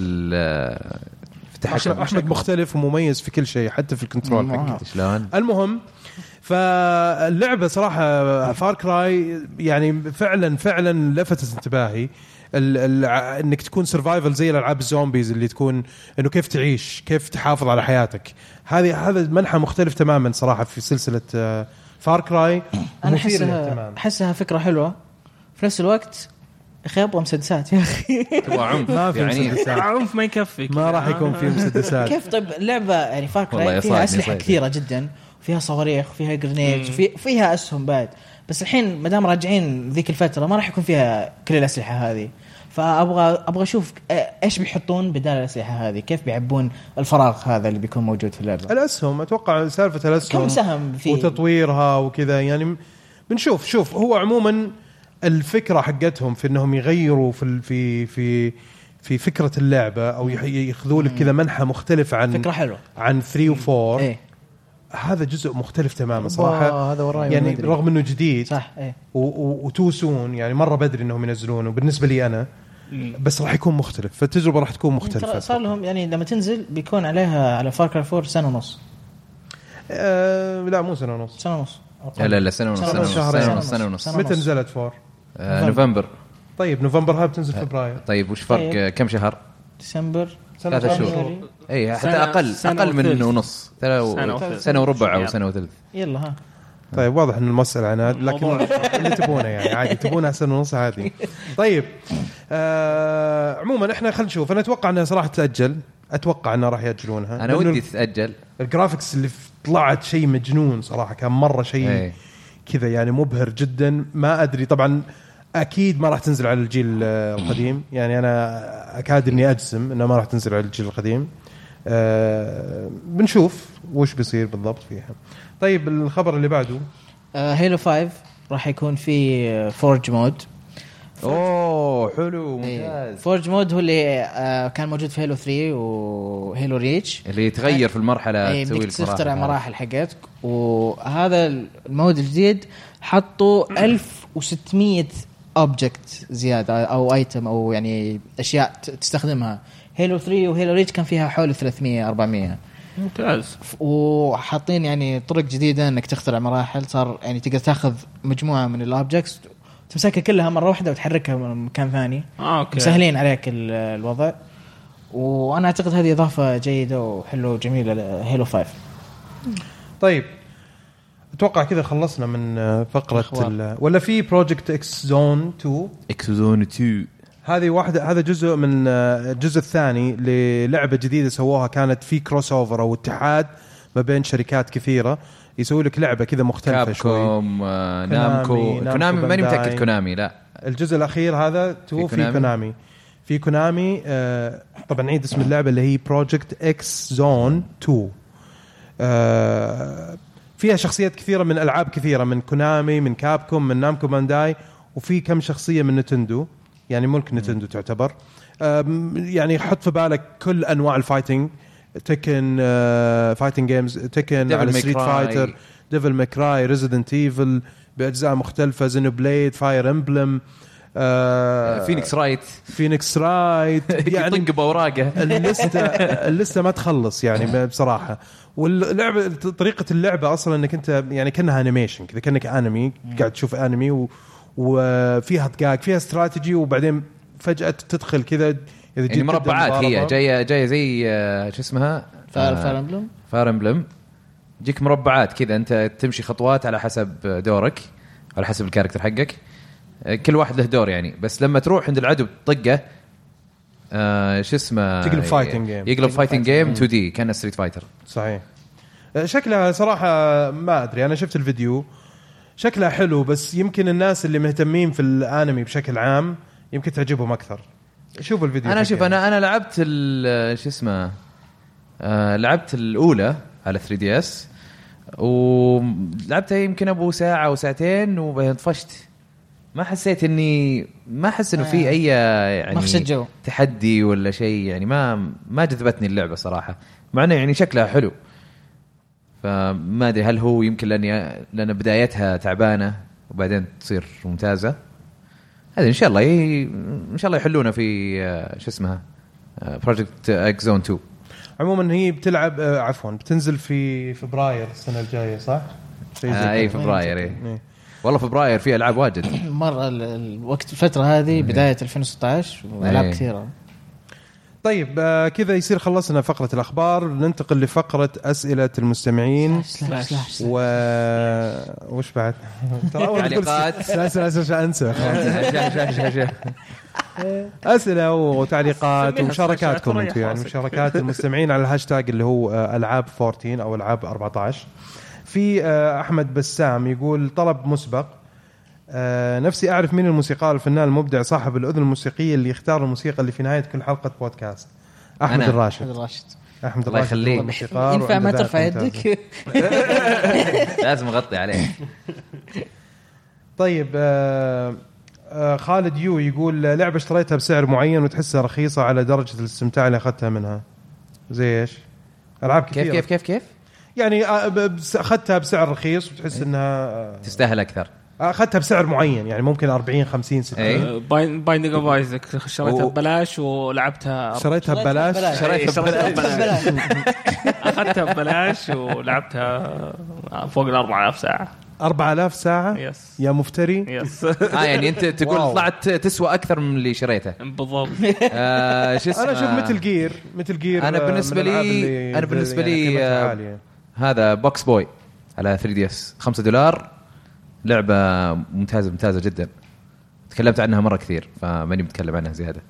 التحكم. أحمد مختلف ومميز في كل شيء حتى في الكنترول. شلون المهم فاللعبه صراحه فار كراي يعني فعلا لفتت انتباهي. انك تكون سرفايفل زي الالعاب الزومبيز اللي تكون انه كيف تعيش، كيف تحافظ على حياتك. هذا منحى مختلف تماما صراحه في سلسله فار كراي. انا احسها فكره حلوه في نفس الوقت. اخي ابغى مسدسات يا اخي. تبغى عنف ما في يعني مسدسات. عنف ما يكفي، ما راح يكون في مسدسات. كيف طيب اللعبه يعني فار كراي فيها اسلحه كثيره جدا، فيها صواريخ وفيها جرينيدز وفيها اسهم بعد. بس الحين ما دام راجعين ذيك الفتره ما راح يكون فيها كل الاسلحه هذه. فابغى اشوف ايش بيحطون بدال الاسلحه هذه، كيف بيعبون الفراغ هذا اللي بيكون موجود في اللعبه. الاسهم اتوقع سالفه الاسهم كم سهم فيه وتطويرها وكذا يعني بنشوف. شوف هو عموما الفكره حقتهم في انهم يغيروا في فكره اللعبه او ياخذوا لك كذا منحى مختلف عن فكره حلوه عن 3 و4. إيه؟ هذا جزء مختلف تماما صراحه. هذا وراي يعني رغم انه جديد صح إيه؟ وتوسون يعني مره بدري انهم ينزلونه بالنسبه لي انا، بس راح يكون مختلف. فالتجربه راح تكون مختلفه. صار لهم يعني لما تنزل بيكون عليها على فار كراي 4 سنه ونص. لا مو سنه ونص. لا سنه ونص. متى نزلت 4؟ نوفمبر. طيب نوفمبر هاي بتنزل فبراير. طيب وش فرق كم شهر؟ ديسمبر 3 شهور. اي حتى اقل من ونص، سنه وربع او سنه وثلث. يلا ها. طيب واضح ان المسألة عناد، لكن اللي تبونه يعني عادي تبونها سنة ونص عادي. طيب عموما احنا خلينا نشوف. انا اتوقع انها صراحة تأجل، اتوقع انها راح يأجلونها. انا ودي تتأجل. الجرافيكس اللي طلعت شيء مجنون صراحة، كان مرة شيء كذا يعني مبهر جدا. ما ادري طبعا اكيد ما راح تنزل على الجيل القديم، يعني انا اكاد اني اجزم انها ما راح تنزل على الجيل القديم. بنشوف وش بيصير بالضبط فيها. طيب الخبر اللي بعده هيلو 5 راح يكون في فورج مود. اوه حلو ممتاز. فورج مود هو اللي كان موجود في هيلو 3 وهيلو ريتش، اللي يتغير في المرحله تسوي تخترع مراحل حقتك. وهذا المود الجديد حطوا 1600 اوبجكت زياده او ايتم او يعني اشياء تستخدمها. هيلو 3 وهيلو ريتش كان فيها حول 300 400. ممتاز. وحاطين يعني طرق جديده انك تخترع مراحل. صار يعني تقدر تاخذ مجموعه من الاوبجكتس تمسكها كلها مره واحده وتحركها من مكان ثاني. مسهلين عليك الوضع. وانا اعتقد هذه اضافه جيده وحلوه وجميله لهيلو 5. طيب اتوقع كذا خلصنا من فقره ولا في بروجكت اكس زون 2. هذه واحدة، هذا جزء من الجزء الثاني للعبة جديدة سووها. كانت في كروس اوفر او اتحاد ما بين شركات كثيرة يسوي لك لعبة كذا مختلفة شوي. كونامي ماني متأكد. كونامي لا، الجزء الأخير هذا في كونامي طبعا نعيد اسم اللعبة اللي هي بروجكت اكس زون 2. فيها شخصيات كثيرة من ألعاب كثيرة، من كونامي، من كابكوم، من نامكو بانداي، وفي كم شخصية من نتندو، يعني ملك نتندو تعتبر. يعني حط في بالك كل أنواع الفايتنج، تكن فايتنج جيمز، تكن على ستريت فايتر، ديفل ماكراي، ريزيدنت ايفل بأجزاء مختلفة، زينو بليد، فاير امبلم، فينيكس رايت يعني طنق بأوراقه. اللستة ما تخلص يعني بصراحة. واللعبة طريقة اللعبة أصلا أنك أنت يعني كأنها أنيميشن كذا، كأنك أنمي قاعد تشوف أنمي وفيها دقائق، فيها استراتيجي، وبعدين فجأة تدخل كذا يعني مربعات. هي جاية زي شو اسمها فاير امبلم. جيك مربعات كذا، أنت تمشي خطوات على حسب دورك، على حسب الكاركتر حقك. كل واحد له دور يعني. بس لما تروح عند العدو طقه شو اسمه يقلب فايتنج جيم 2D كان ستريت فايتر. صحيح. شكلها صراحة ما أدري، أنا شفت الفيديو شكلها حلو، بس يمكن الناس اللي مهتمين في الانمي بشكل عام يمكن تعجبهم أكثر. شوفوا الفيديو. أنا شوف أنا لعبت شو اسمه لعبت الأولى على 3DS ولعبتها يمكن أبو ساعة أو ساعتين وبعدين طفشت. ما حسيت ما حس إنه في أي يعني تحدي ولا شيء يعني. ما جذبتني اللعبة صراحة، مع إنه يعني شكلها حلو. فما أدري هل هو يمكن لأن بدايتها تعبانة وبعدين تصير ممتازة. هذا إن شاء الله يحلونه في شو اسمها بروجكت اكس زون 2. عموما هي بتلعب بتنزل في فبراير السنة الجاية صح؟ اي فبراير إيه. والله فبراير فيه العاب واجد مره الوقت الفتره هذه بدايه 2016 والعاب كثيره. طيب كذا يصير خلصنا فقرة الأخبار، ننتقل لفقرة أسئلة المستمعين. وش بعد؟ تعليقات أنسى أسئلة وتعليقات ومشاركاتكم أنتم، يعني مشاركات المستمعين على الهاشتاج اللي هو ألعاب 14 أو ألعاب 14. في أحمد بسام يقول طلب مسبق، نفسي أعرف مين الموسيقار الفنان المبدع صاحب الأذن الموسيقية اللي يختار الموسيقى اللي في نهاية كل حلقة بودكاست. أحمد الراشد. أحمد الله يخليه. ينفع ما ترفع يدك؟ لازم أغطي عليه. طيب خالد يو يقول لعبة اشتريتها بسعر معين وتحسها رخيصة على درجة الاستمتاع اللي أخذتها منها. زي إيش؟ ألعاب كثيرة. كيف يعني أخذتها بسعر رخيص وتحس إنها تستاهل أكثر. أخذتها بسعر معين، يعني ممكن 40 50 60. بايندينج اوف ايزك شريتها ببلاش ولعبتها. شريتها ببلاش. أخذتها ببلاش ولعبتها فوق 4000 ساعة. 4000 ساعة؟ يس. يا مفتري. يس. يعني أنت تقول طلعت تسوى أكثر من اللي شريته. بالضبط. أنا شوف مثل جير. أنا بالنسبة لي هذا بوكس بوي على 3DS $5، لعبة ممتازة جدا، تكلمت عنها مرة كثير فماني بتكلم عنها زيادة.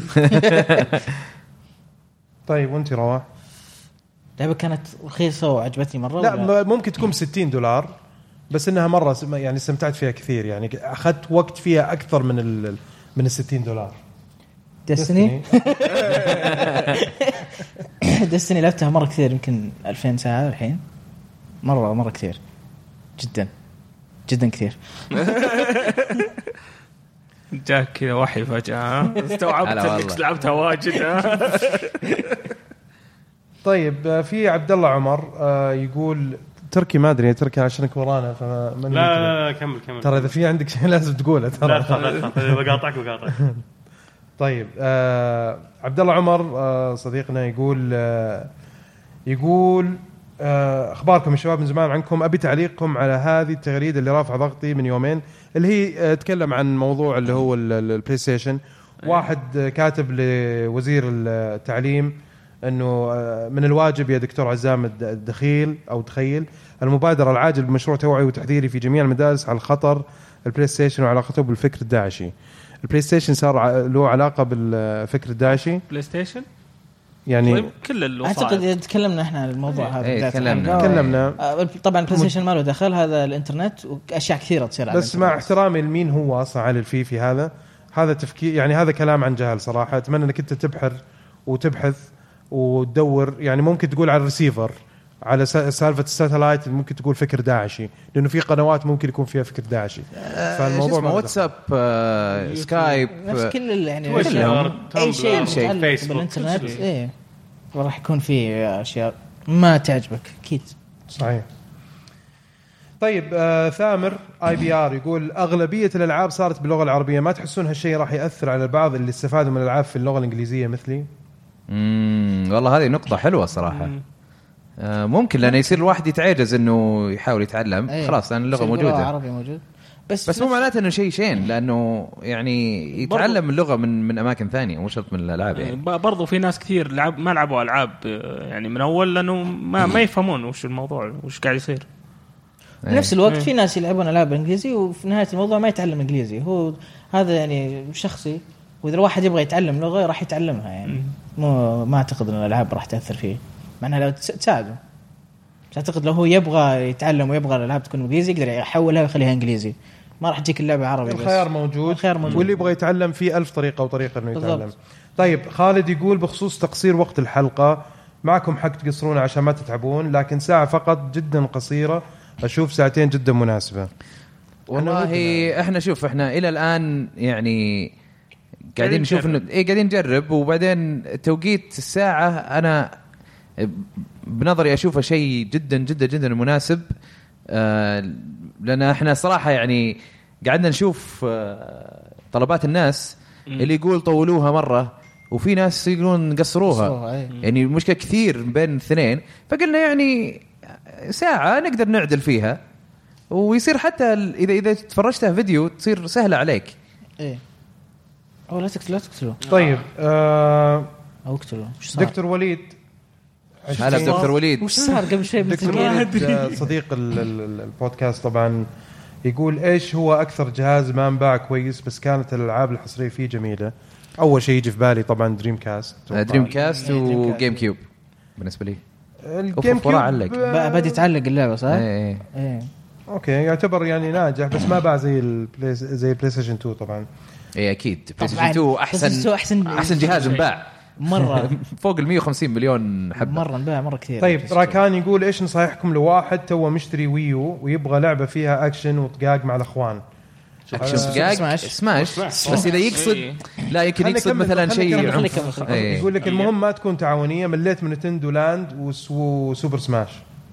طيب وانت رواح؟ لعبة كانت رخيصة وعجبتني مرة. لا ممكن تكون $60 بس انها مرة يعني استمتعت فيها كثير، يعني اخذت وقت فيها اكثر من $60. ديستني. ديستني لعبتها مرة كثير، يمكن 2000 ساعة الحين. مرة كثير جدا كثير. جاك كذا وحي فجأة استوعبت انك لعبتها واجد. طيب في عبد الله عمر يقول تركي، ما ادري تركي عشانك ورانا فما لا كمل ترى اذا في عندك شيء لازم تقوله ترى. لا بقاطعك. طيب عبد الله عمر صديقنا يقول اخباركم يا شباب، من زمان عنكم، ابي تعليقكم على هذه التغريده اللي رافع ضغطي من يومين، اللي هي تكلم عن موضوع اللي هو البلاي ستيشن. واحد كاتب لوزير التعليم انه من الواجب يا دكتور عزام تخيل المبادره العاجل بمشروع توعي وتحذيري في جميع المدارس على خطر البلاي ستيشن وعلاقته بالفكر الداعشي. البلاي ستيشن صار له علاقه بالفكر الداعشي. بلاي ستيشن يعني كل الوسائل. اعتقد تكلمنا احنا عن الموضوع هذا. تكلمنا. طبعا البلاي ستيشن ما له دخل، هذا الانترنت واشياء كثيره تصير. بس مع احترامي لمين هو اصلا على في هذا تفكير، يعني هذا كلام عن جهل صراحه. اتمنى انك انت تبحث وتدور، يعني ممكن تقول على الريسيفر، على سالفه الساتلايت ممكن تقول فكر داعشي، لانه في قنوات ممكن يكون فيها فكر داعشي. فالموضوع واتساب سكايب نفس كل يعني اي شيء بالانترنت ايه راح يكون في اشياء ما تعجبك اكيد. صحيح. طيب ثامر IBR يقول اغلبيه الالعاب صارت باللغه العربيه، ما تحسون هالشيء راح ياثر على البعض اللي استفادوا من الالعاب في اللغه الانجليزيه مثلي؟ والله هذه نقطه حلوه صراحه. ممكن لأنه يصير الواحد يتعجز إنه يحاول يتعلم. خلاص لأن اللغة موجودة، عربي موجود، بس مو معناته إنه شيء لأنه يعني يتعلم اللغة من أماكن ثانية مو شرط من الألعاب. يعني برضو في ناس كثير ما لعبوا ألعاب يعني من أول لأنه ما يفهمون وش الموضوع وش قاعد يصير. بنفس الوقت في ناس يلعبون ألعاب إنجليزي وفي نهاية الموضوع ما يتعلم إنجليزي. هو هذا يعني شخصي، وإذا الواحد يبغى يتعلم لغة راح يتعلمها. يعني ما أعتقد أن الألعاب راح تأثر فيه، معناها لو تساعده. أعتقد لو هو يبغى يتعلم ويبغى الألعاب تكون إنجليزي يقدر يحولها ويخليها إنجليزي، ما راح تجيك اللعبة عربي. الخيار موجود. واللي يبغى يتعلم فيه 1000 طريقة وطريقة إنه يتعلم. طيب خالد يقول بخصوص تقصير وقت الحلقة، معكم حق تقصرونه عشان ما تتعبون، لكن ساعة فقط جدا قصيرة، أشوف ساعتين جدا مناسبة. والله إحنا إلى الآن يعني قاعدين نشوف إنه قاعدين نجرب، وبعدين توقيت الساعة أنا بنظري أشوفه شيء جدا جدا جدا مناسب. لأن إحنا صراحة يعني قاعدنا نشوف طلبات الناس اللي يقول طولوها مرة، وفي ناس يقولون قصروها. يعني المشكلة كثير بين الاثنين، فقلنا يعني ساعة نقدر نعدل فيها ويصير حتى اذا تفرجتها فيديو تصير سهله عليك. ايه او لا تقتلوا. طيب او اقتلوا. دكتور وليد هلا دكتور وليد وش صار قبل شوي؟ دكتور وليد صديق البودكاست طبعا يقول ايش هو اكثر جهاز ما انباع كويس بس كانت الالعاب الحصريه فيه جميله؟ اول شيء يجي في بالي طبعا دريم كاست وجيم كيوب. بالنسبه لي الجيم كيوب بدي يتعلق اللعبه صح؟ ايه اوكي يعتبر يعني ناجح بس ما باع زي البلاي ستيشن 2 طبعا. ايه اكيد بلاي ستيشن 2 احسن جهاز انباع مره فوق ال 150 مليون حبه مره انباع مره كثير. طيب راكان يقول ايش نصايحكم لواحد تو مشتري ويو ويبغى لعبه فيها اكشن وطقاق مع الاخوان؟ اكشن طقاق سماش بس اذا يقصد لا يمكن يقصد مثلا شيء يقول لك المهم ما تكون تعاونيه. مليت من نينتندو لاند وسوبر سماش.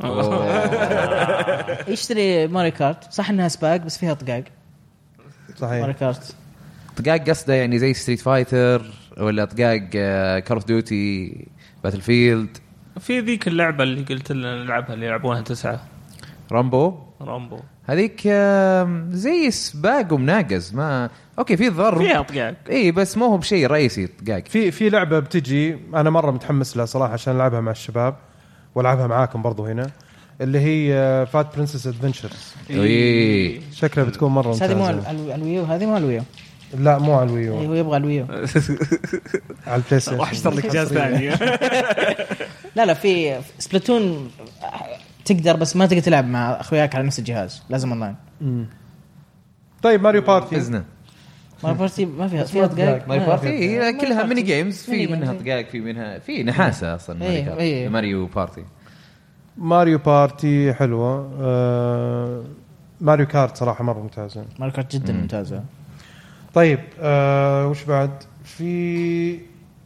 يشتري ماري كارت صح انها سباق بس فيها طقاق. صحيح ماري كارت طقاق قصده يعني زي ستريت فايتر ولا طقاق كول اوف ديوتي باتل فيلد. في ذيك اللعبه اللي قلت نلعبها اللي يلعبونها 9 رامبو هذيك زي سباق ومناقز ما اوكي في ضرب فيها طقاق اي بس مو هو بشيء رئيسي طقاق. في لعبه بتجي انا مره متحمس لها صراحه عشان العبها مع الشباب والعبها معاكم برضو هنا اللي هي فات برنسس ادفنتشرز. شكلها بتكون مره ممتازه. هذه مو الويو هذه مو الويو. لا مو على الويو. هو يبغى الويو على البلاي ستيشن. راح اشتري لك جهاز ثاني. لا في سبلاتون تقدر بس ما تقدر تلعب مع اخوياك على نفس الجهاز لازم اونلاين. طيب ماريو بارتي ماريو بارتي ما فيها دقائق. ماريو بارتي هي كلها ميني جيمز في منها دقائق في منها في نحاسه اصلا. ماريو ماريو بارتي حلوه. ماريو كارت صراحه مره ممتازه. ماريو كارت جدا ممتازه. طيب وش بعد في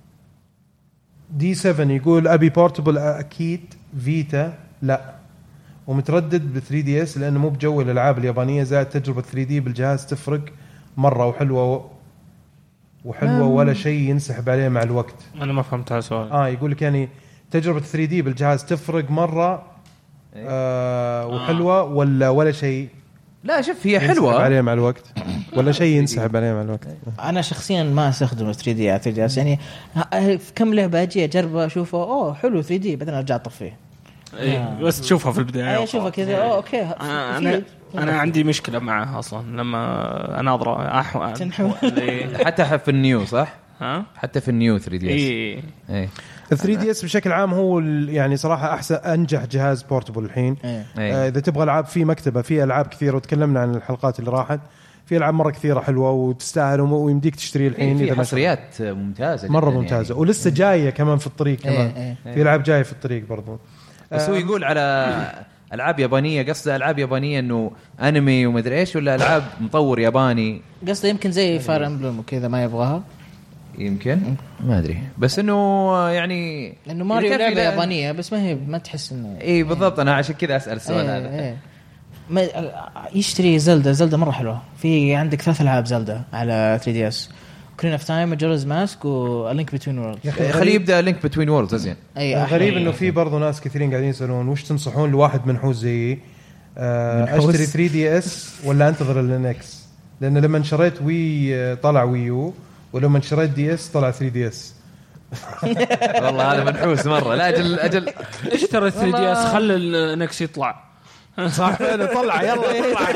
دي 7 يقول ابي بورتبل اكيد فيتا لا ومتردد ب 3 دي اس لانه مو بجو الالعاب اليابانيه زائد تجربه 3 دي بالجهاز تفرق مره وحلوه ولا شيء ينسحب عليه مع الوقت. انا ما فهمت هذا السؤال. يقول لك يعني تجربه 3 دي بالجهاز تفرق مره وحلوه ولا شيء. لا شوف هي حلوه عليه مع الوقت ولا شيء ينسحب عليه مع الوقت. انا شخصيا ما استخدم 3 دي على الجهاز يعني في كم لعبه اجي اجربه اشوفه حلو 3 دي بعدين ارجع اطفيه. بس تشوفها في البدايه اشوفها كذا اوكي. انا عندي مشكله معها اصلا لما اناظره حتى في النيو صح حتى في النيو 3 دي اس. اي 3 دي اس بشكل عام هو يعني صراحه احسن انجح جهاز بورتبل الحين. اذا تبغى العاب في مكتبه في العاب كثيره وتكلمنا عن الحلقات اللي راحت في العاب مره كثيره حلوه وتستاهل ويمديك تشتري الحين. في حصريات ممتازه مره ممتازه يعني. ولسه جايه كمان في الطريق كمان. في العاب جايه في الطريق برضو. بس هو يقول على العاب يابانيه قصده العاب يابانيه انه انمي ومدري ايش ولا العاب مطور ياباني قصده يمكن زي فاير امبلم وكذا ما يبغاها يمكن ما ادري بس انه يعني لانه ماريو لعبه يابانيه بس ما تحس انه اي بالضبط. انا عشان كذا اسال السؤال هذا. ما يشتري زلدة مره حلوه. في عندك 3 العاب زلدة على 3 دي اس كرين اوف تايم ماجورز ماسك ولينك بتوين وورلدز. خليه يبدا لينك بتوين وورلدز زين. غريب انه في برضه ناس كثيرين قاعدين يسالون وش تنصحون لواحد منحوس زيي اشتري 3 دي اس ولا انتظر اللينكس لان لما شريت وي طلع ويو ولما شريت دي اس طلع 3 دي اس. والله هذا منحوس مره. لا اجل اشتري 3 دي اس خلي اللينكس يطلع صح طلع يلا طلع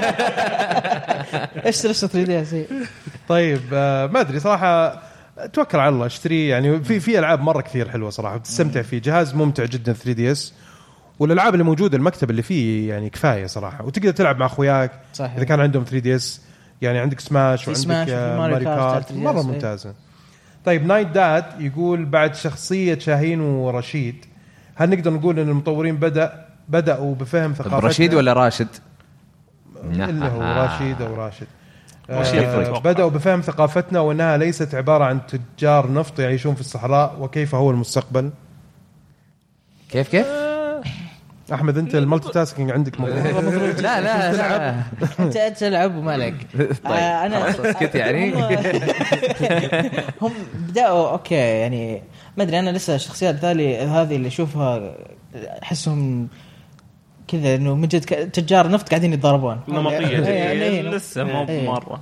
اشتري 3 دي اس. طيب ما ادري صراحه توكل على الله اشتري يعني في العاب مره كثير حلوه صراحه بتستمتع فيه. جهاز ممتع جدا 3 دي اس والالعاب اللي موجوده المكتب اللي فيه يعني كفايه صراحه وتقدر تلعب مع اخوياك اذا كان عندهم 3 دي اس يعني عندك سماش وعندك ماريو كارت مره ممتازه. طيب نايت داد يقول بعد شخصيه شاهين ورشيد هل نقدر نقول ان المطورين بدأوا بفهم ثقافتنا؟ رشيد ولا راشد؟ اللي هو رشيد أو راشد. بدأوا بفهم ثقافتنا وأنها ليست عبارة عن تجار نفط يعيشون في الصحراء وكيف هو المستقبل. كيف أحمد أنت المالتي تاسكينج عندك لا أنت تلعب ومالك. أنا اسكت يعني. هم بدأوا أوكي يعني ما أدري أنا لسه الشخصيات هذه اللي أشوفها أحسهم كذا انه من جد تجار نفط قاعدين يتضاربون نمطيه لسه مو مره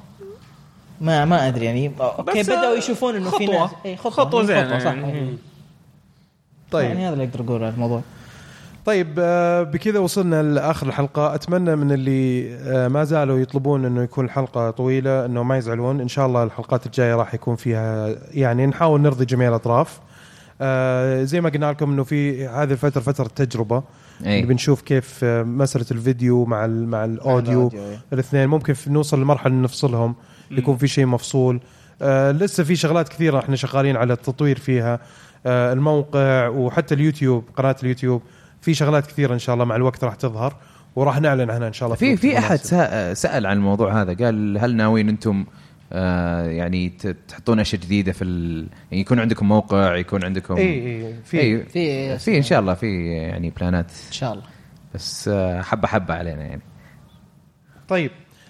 ما ادري يعني. اوكي بداوا يشوفون انه في ناس خطوه زينه صح. طيب يعني هذا اللي اقدر اقوله على الموضوع. طيب بكذا وصلنا لاخر الحلقه. اتمنى من اللي ما زالوا يطلبون انه يكون الحلقه طويله انه ما يزعلون. ان شاء الله الحلقات الجايه راح يكون فيها يعني نحاول نرضي جميع الاطراف. زي ما قلنا لكم انه في هذه الفتره فتره تجربه اللي بنشوف كيف مساله الفيديو مع الاوديو الاثنين ممكن نوصل لمرحله نفصلهم يكون في شيء مفصول. لسه في شغلات كثيره احنا شغالين على التطوير فيها. الموقع وحتى اليوتيوب قناه اليوتيوب في شغلات كثيره ان شاء الله مع الوقت راح تظهر وراح نعلن عنها ان شاء الله. في احد سأل عن الموضوع هذا قال هل ناويين انتم يعني تحطون اشياء جديده في يعني يكون عندكم موقع يكون عندكم في ان شاء الله في يعني بلانات ان شاء الله بس حبه علينا يعني. طيب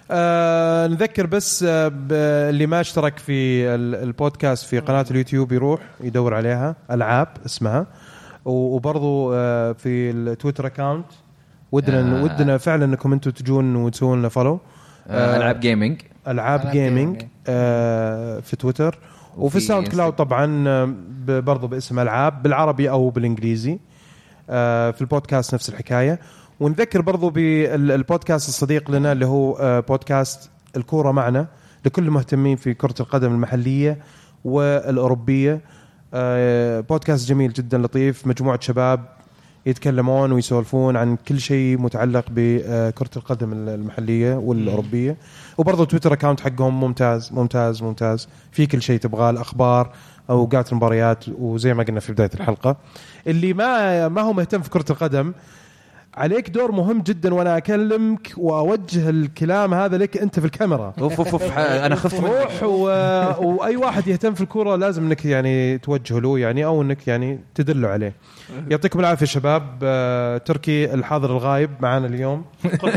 نذكر بس اللي ما اشترك في البودكاست في قناه اليوتيوب يروح يدور عليها العاب اسمها وبرضو في التويتر اكاونت ودنا فعلا انكم انتم تجون وتسوون لنا فولو. العاب جيمنج في تويتر وفي ساوند كلاود طبعا برضو باسم العاب بالعربي او بالانجليزي. في البودكاست نفس الحكايه. ونذكر برضو بالبودكاست الصديق لنا اللي هو بودكاست الكورة معنا لكل مهتمين في كرة القدم المحلية والأوروبية. بودكاست جميل جدا لطيف مجموعة شباب يتكلمون ويسولفون عن كل شيء متعلق بكرة القدم المحلية والأوروبية. وبرضو تويتر أكاونت حقهم ممتاز في كل شيء تبغاه الأخبار أوقات المباريات. وزي ما قلنا في بداية الحلقة اللي ما هو مهتم في كرة القدم عليك دور مهم جدا وانا اكلمك واوجه الكلام هذا لك انت في الكاميرا. انا خفت روح واي واحد يهتم في الكوره لازم انك يعني توجهه له يعني او انك يعني تدله عليه. يعطيكم العافيه شباب. تركي الحاضر الغايب معنا اليوم.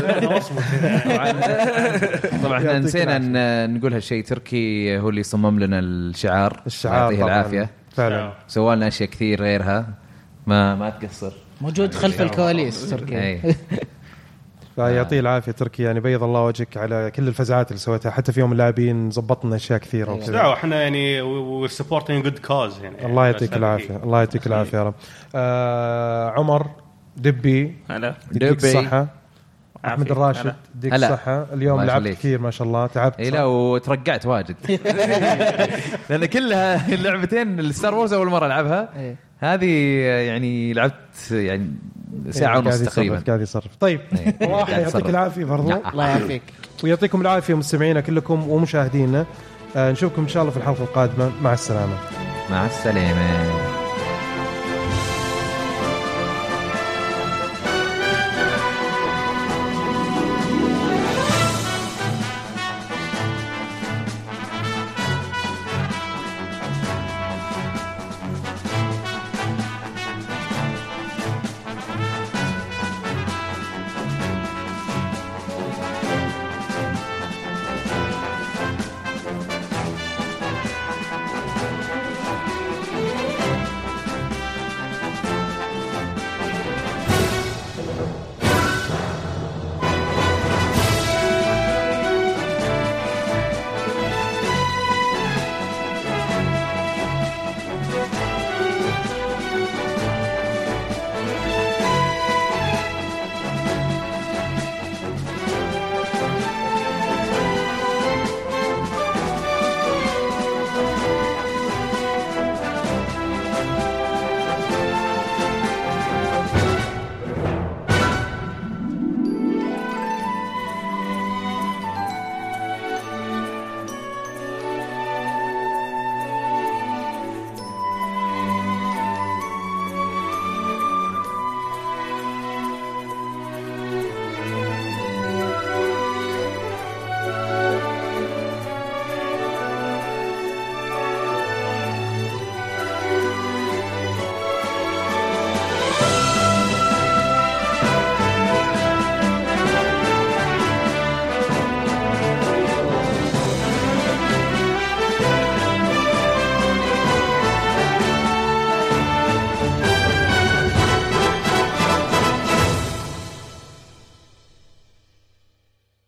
طبعا احنا نسينا نقول هالشيء. تركي هو اللي صمم لنا الشعار يعطيه العافيه فعلا. سوى لنا اشياء كثير غيرها ما تقصر موجود خلف الكواليس تركي. فيعطيه العافيه تركي يعني بيض الله وجهك على كل الفزعات اللي سويتها حتى في يوم اللاعبين زبطنا اشياء كثيره وكذا. احنا يعني we're supporting good cause يعني. الله يعطيك العافيه. الله يعطيك العافيه يا رب. عمر دبي يديك الصحه. احمد الراشد يديك الصحه. اليوم لعبت كثير ما شاء الله تعبت. لا وترقعت واجد لان كلها اللعبتين الستار وورز اول مره العبها هذه يعني لعبت يعني ساعة ونص تقريبا قاعد يصرف. طيب الله يعطيك العافية برضو. الله يعافيك ويعطيكم العافية مستمعينا كلكم ومشاهدينا. نشوفكم إن شاء الله في الحلقة القادمة. مع السلامة.